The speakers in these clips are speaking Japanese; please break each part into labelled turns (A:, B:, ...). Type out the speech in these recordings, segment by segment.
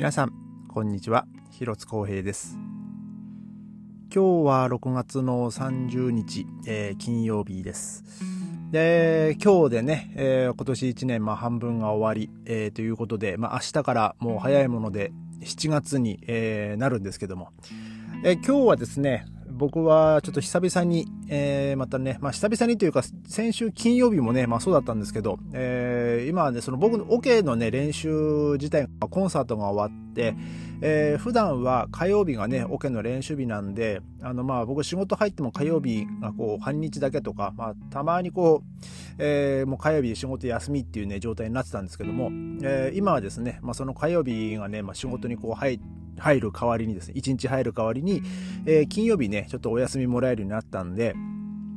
A: 皆さんこんにちは、広津光平です。今日は6月の30日、金曜日です。で、今日でね、今年1年半分が終わり、ということで、明日からもう早いもので7月に、なるんですけども、今日はですね、僕はちょっと久々に、またね、久々にというか先週金曜日もね、そうだったんですけど、今はね、その僕のオケのね練習自体がコンサートが終わって、普段は火曜日がねオケの練習日なんで、僕仕事入っても火曜日がこう半日だけとか、たまにこう、もう火曜日仕事休みっていうね状態になってたんですけども、今はですね、その火曜日がね、仕事にこう入る代わりにですね、1日入る代わりに、金曜日ねちょっとお休みもらえるようになったんで、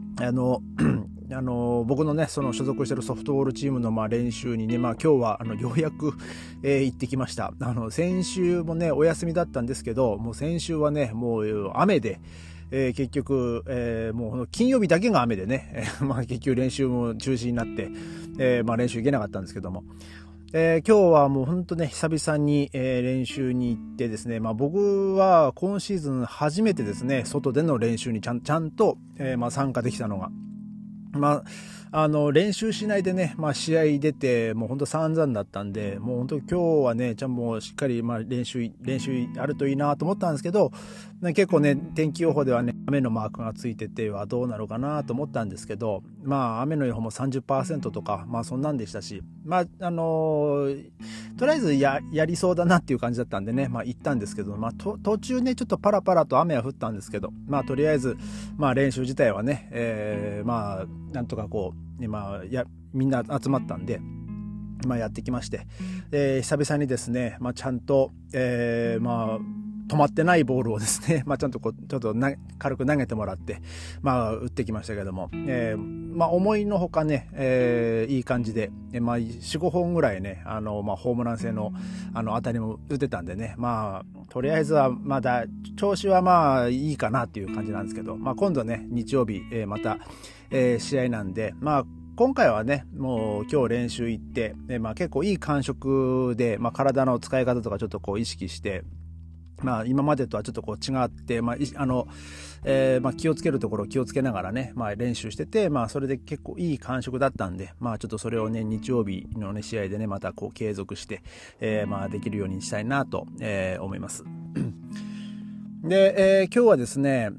A: 僕のねその所属してるソフトボールチームの練習にね、今日はようやく、行ってきました。先週もねお休みだったんですけど、もう先週はねもう雨で、結局、もう金曜日だけが雨でね、結局練習も中止になって、練習行けなかったんですけども、今日はもう本当ね久々に、練習に行ってですね、僕は今シーズン初めてですね外での練習にちゃんと、参加できたのが、練習しないでね、試合出てもう本当散々だったんで、もう本当今日はねもうしっかり練習あるといいなと思ったんですけど、結構ね天気予報ではね雨のマークがついててはどうなのかなと思ったんですけど、雨の予報も 30% とかそんなんでしたし、とりあえずやりそうだなっていう感じだったんでね、行ったんですけど、途中ねちょっとパラパラと雨は降ったんですけど、とりあえず練習自体はね、なんとかこうみんな集まったんで、やってきまして、久々にですね、ちゃんと、止まってないボールをですね、ちゃんとちょっと軽く投げてもらって、打ってきましたけども、思いのほかね、いい感じで、4、5本ぐらいね、ホームラン性の当たりも打てたんでね、とりあえずはまだ調子はいいかなっていう感じなんですけど、今度ね日曜日、また、試合なんで、今回はねもう今日練習行って、結構いい感触で、体の使い方とかちょっとこう意識して、今までとはちょっとこう違って、気をつけるところを気をつけながらね、練習してて、それで結構いい感触だったんで、ちょっとそれをね日曜日のね試合でねまたこう継続して、できるようにしたいなと、思います。で、今日はですね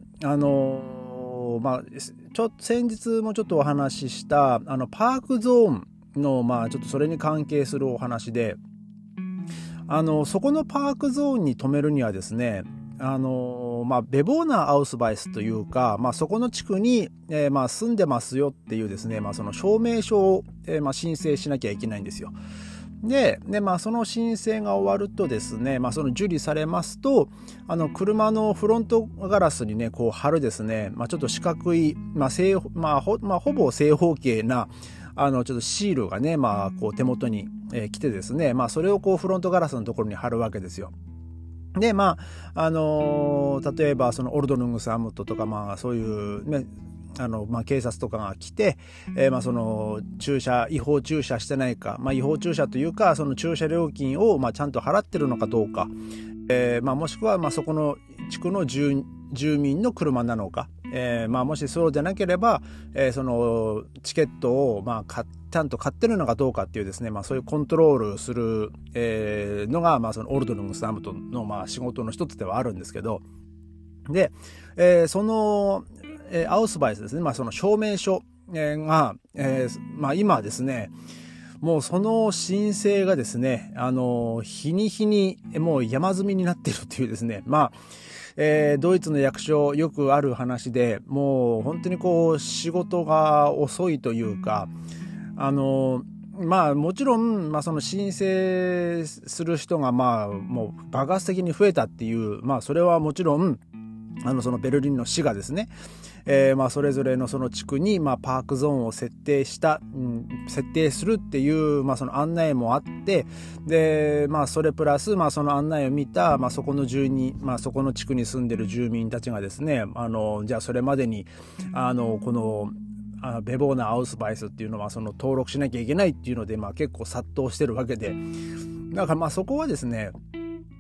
A: 先日もちょっとお話ししたパークゾーンのちょっとそれに関係するお話で、そこのパークゾーンに止めるにはですね、ベボーナーアウスバイスというか、そこの地区に、住んでますよっていうですね、その証明書を、申請しなきゃいけないんですよ。で、その申請が終わるとですね、その受理されますと、車のフロントガラスにねこう貼るですね、ちょっと四角い、ほぼ正方形なちょっとシールがねこう手元に、来てですね、それをこうフロントガラスのところに貼るわけですよ。で例えばそのオルドヌングスアムトとかそういうね警察とかが来て、その違法駐車してないか、違法駐車というかその駐車料金をちゃんと払ってるのかどうか、もしくはそこの地区の住民の車なのか、もしそうじゃなければ、そのチケットをちゃんと買ってるのかどうかっていうですね、そういうコントロールする、のが、そのオルドヌングスアムトの仕事の一つではあるんですけど、で、そのアウスバイスですね、その証明書、が、今ですねもうその申請がですね日に日にもう山積みになっているというですね、ドイツの役所よくある話で、もう本当にこう仕事が遅いというか、もちろん、その申請する人がもう爆発的に増えたっていう、それはもちろんそのベルリンの市がですね、それぞれのその地区にパークゾーンを設定するっていう、その案内もあって、でそれプラスその案内を見た、そこのそこの地区に住んでる住民たちがですね、じゃあそれまでにこのベボーナアウスバイスっていうのはその登録しなきゃいけないっていうので、結構殺到してるわけで、だからそこはですね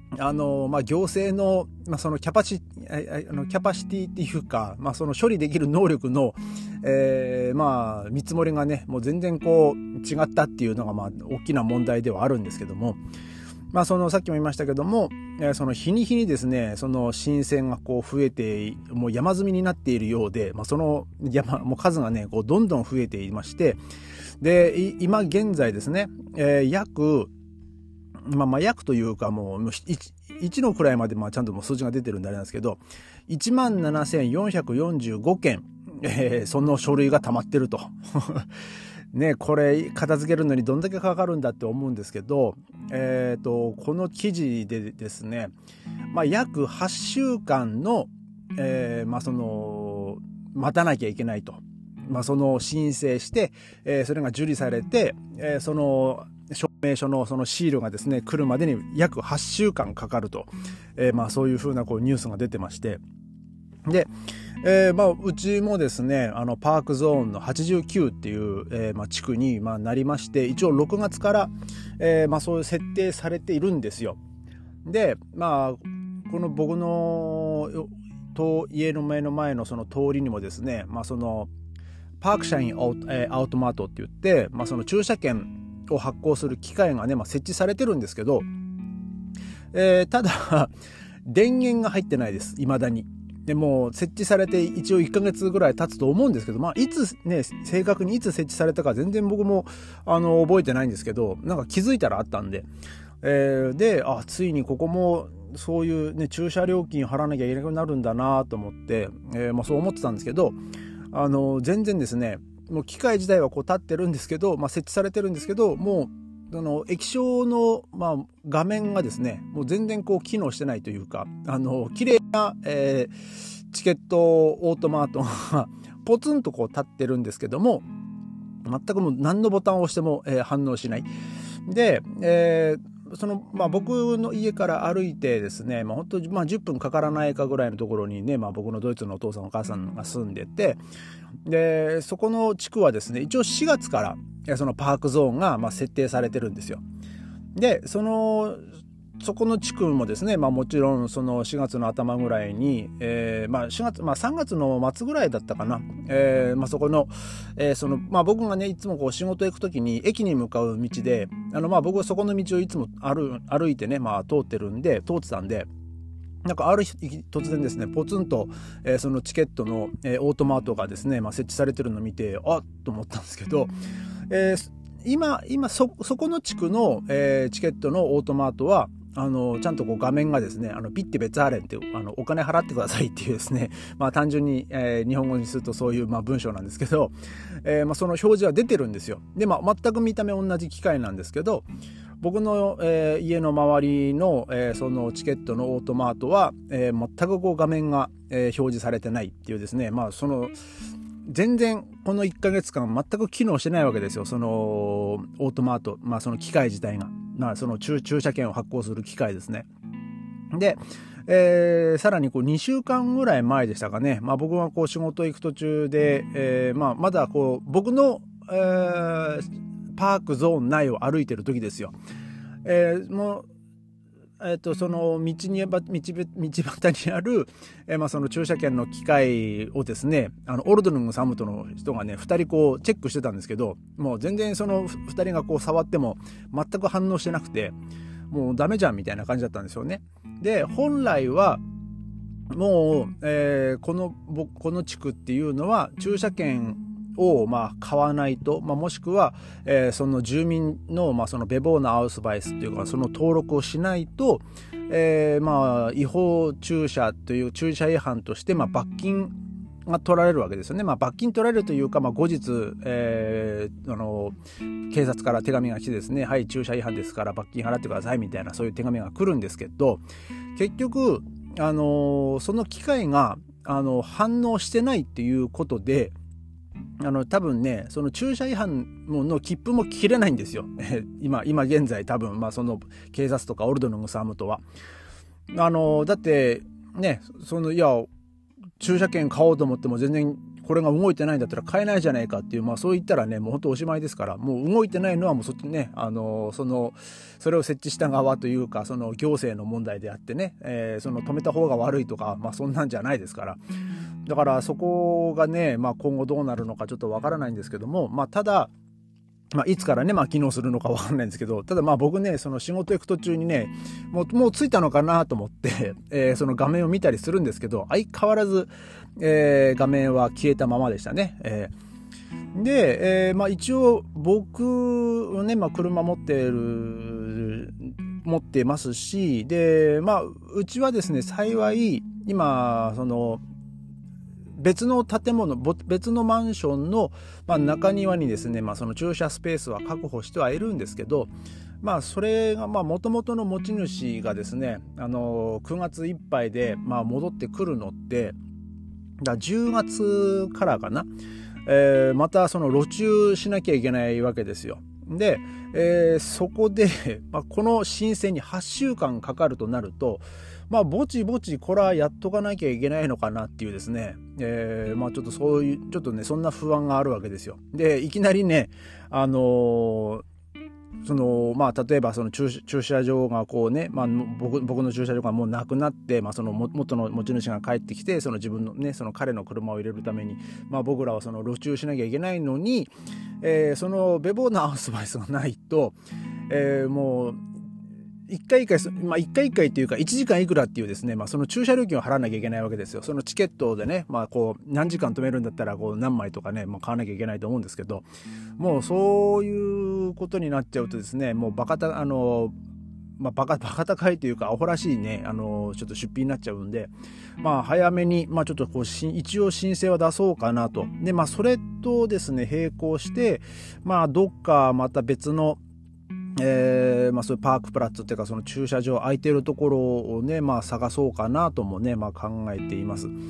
A: 行政の、そのキャパシティっていうか、その処理できる能力の、見積もりがね、もう全然こう違ったっていうのが、大きな問題ではあるんですけども、さっきも言いましたけども、その日に日にですね、その申請がこう増えて、もう山積みになっているようで、そのもう数がね、こうどんどん増えていまして、で、今現在ですね、約というかもう 1の位までちゃんともう数字が出てるんであれなんですけど、17,445 件、その書類が溜まってると。ね、これ片付けるのにどんだけかかるんだって思うんですけど、この記事でですね、約8週間の、その待たなきゃいけないと。その申請して、それが受理されて、その証明書のそのシールがですね来るまでに約8週間かかると、そういうふうなこうニュースが出てまして、で、うちもですねパークゾーンの89っていう、地区になりまして、一応6月から、そういう設定されているんですよ。でこの僕の家の目の前のその通りにもですね、そのパークシャインアウトマートって言って、その駐車券を発行する機械がね、設置されてるんですけど、ただ電源が入ってないです、未だに。でも設置されて一応1ヶ月ぐらい経つと思うんですけど、いつね、正確にいつ設置されたか全然僕も覚えてないんですけど、なんか気づいたらあったんで、でついにここもそういうね駐車料金払わなきゃいけなくなるんだなと思って、そう思ってたんですけど、全然ですね、もう機械自体はこう立ってるんですけど、設置されてるんですけど、もう液晶の、画面がですね、もう全然こう機能してないというか、綺麗な、チケットオートマートがポツンとこう立ってるんですけども、全くもう何のボタンを押しても、反応しない。で、僕の家から歩いてですね、本当に10分かからないかぐらいのところにね、僕のドイツのお父さんお母さんが住んでて、でそこの地区はですね、一応4月からそのパークゾーンが設定されてるんですよ。でそこの地区もですね、もちろんその4月の頭ぐらいに、3月の末ぐらいだったかな、そこの、僕がねいつもこう仕事行く時に駅に向かう道で、僕はそこの道をいつも歩いてね、通ってたんで、なんかある日突然ですね、ポツンと、そのチケットの、オートマートがですね、設置されてるのを見てと思ったんですけど、今そこの地区の、チケットのオートマートはちゃんとこう画面がですね、ピッて別ハレンってお金払ってくださいっていうですね、単純に、日本語にするとそういう文章なんですけど、その表示は出てるんですよ。で全く見た目同じ機械なんですけど、僕の、家の周りの、そのチケットのオートマートは、全くこう画面が、表示されてないっていうですね、その全然この1ヶ月間全く機能してないわけですよ、そのオートマート、その機械自体が、その駐車券を発行する機械ですね。で、さらにこう2週間ぐらい前でしたかね、僕がこう仕事行く途中で、まだこう僕の、パークゾーン内を歩いてる時ですよ。もうその道端にある、その駐車券の機械をですね、オルドヌングサムトの人がね2人こうチェックしてたんですけど、もう全然その2人がこう触っても全く反応してなくて、もうダメじゃんみたいな感じだったんですよね。で本来はもう、この地区っていうのは駐車券を買わないと、もしくは、その住民の、そのベボーナアウスバイスっていうか、その登録をしないと、違法駐車という駐車違反として、罰金が取られるわけですよね。罰金取られるというか、後日、警察から手紙が来てですね、はい、駐車違反ですから罰金払ってくださいみたいな、そういう手紙が来るんですけど、結局その機械が反応してないっていうことで、多分ね、その駐車違反の切符も切れないんですよ。今現在多分、その警察とかオルドヌングサムとは。だってね、駐車券買おうと思っても全然これが動いてないんだったら買えないじゃないかっていう、そう言ったらね、もう本当おしまいですから、もう動いてないのはもうそっちね、それを設置した側というか、その行政の問題であってね、その止めた方が悪いとか、そんなんじゃないですから。だからそこがね、今後どうなるのかちょっとわからないんですけども、ただ、いつからね、機能するのかわかんないんですけど、ただ僕ね、その仕事行く途中にね、もう着いたのかなと思って、その画面を見たりするんですけど、相変わらず、画面は消えたままでしたね。で、一応僕はね、車持ってますし、で、うちはですね、幸い、今、別の建物、別のマンションの、中庭にですね、その駐車スペースは確保してはいるんですけど、それが元々の持ち主がですね、9月いっぱいで、戻ってくるのって10月からかな、またその路駐しなきゃいけないわけですよ。で、そこで、この申請に8週間かかるとなると、ぼちぼちこれはやっとかなきゃいけないのかなっていうですね、ちょっとそういう、ちょっとね、そんな不安があるわけですよ。で、いきなりね、例えばその駐車場がこうね、僕の駐車場がもうなくなって、その元の持ち主が帰ってきて、その自分のね、その彼の車を入れるために、僕らはその路駐しなきゃいけないのに、そのベボーなアウスバイスがないと、もう1回1回っていうか1時間いくらっていうですね、その駐車料金を払わなきゃいけないわけですよ。そのチケットでね、こう何時間止めるんだったらこう何枚とかね、買わなきゃいけないと思うんですけど、もうそういうことになっちゃうとですね、もうバカ高いというかアホらしいね、ちょっと出費になっちゃうんで、早めに、ちょっとこう一応申請は出そうかなと。で、それとですね、並行して、どっかまた別のそういうパークプラッツっていうか、その駐車場空いてるところをね、探そうかなともね、考えています。こ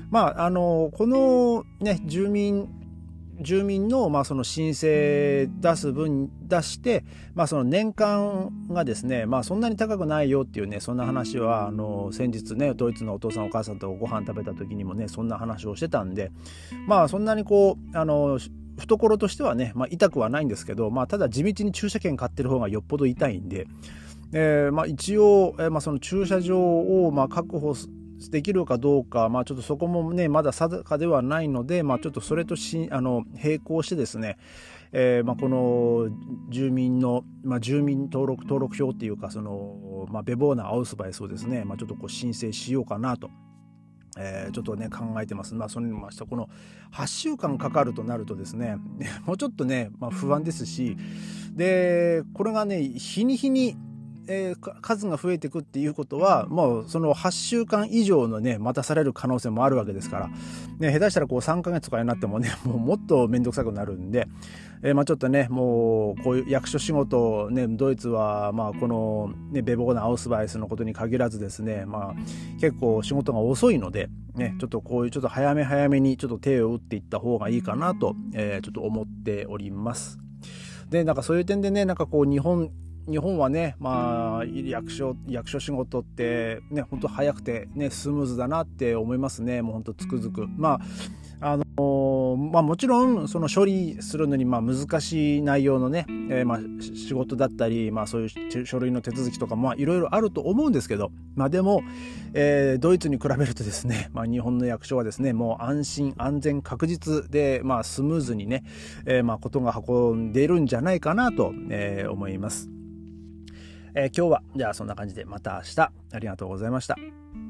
A: のね、住民の、その申請出して、その年間がですね、そんなに高くないよっていうね、そんな話は、先日ね、ドイツのお父さんお母さんとご飯食べた時にもね、そんな話をしてたんで、そんなにこう、懐としてはね、痛くはないんですけど、ただ地道に駐車券買ってる方がよっぽど痛いんで、一応、その駐車場を確保できるかどうか、ちょっとそこもね、まだ定かではないので、ちょっとそれと並行してですね、この住民登録表っていうか、その、ベボーナアウスバイスをですね、ちょっとこう申請しようかなと。ちょっとね考えてます。それにましてこの8週間かかるとなるとですね、もうちょっとね、不安ですし、でこれがね日に日に、数が増えていくっていうことは、もうその8週間以上のね待たされる可能性もあるわけですから、ね、下手したらこう3ヶ月とかになってもね、もっと面倒くさくなるんで、ちょっとね、もうこういう役所仕事ね、ドイツはこの、ね、ベボーナアウスバイスのことに限らずですね、結構仕事が遅いので、ね、ちょっとこういうちょっと早めにちょっと手を打っていった方がいいかなと、ちょっと思っております。で、そういう点でね、こう日本はね、役所仕事ってね、本当早くてね、スムーズだなって思いますね。もう本当つくづく。もちろんその処理するのに難しい内容のね、仕事だったり、そういう書類の手続きとかいろいろあると思うんですけど、でも、ドイツに比べるとですね、日本の役所はですね、もう安心安全確実で、スムーズにね、ことが運んでいるんじゃないかなと、思います。今日はじゃあそんな感じで、また明日ありがとうございました。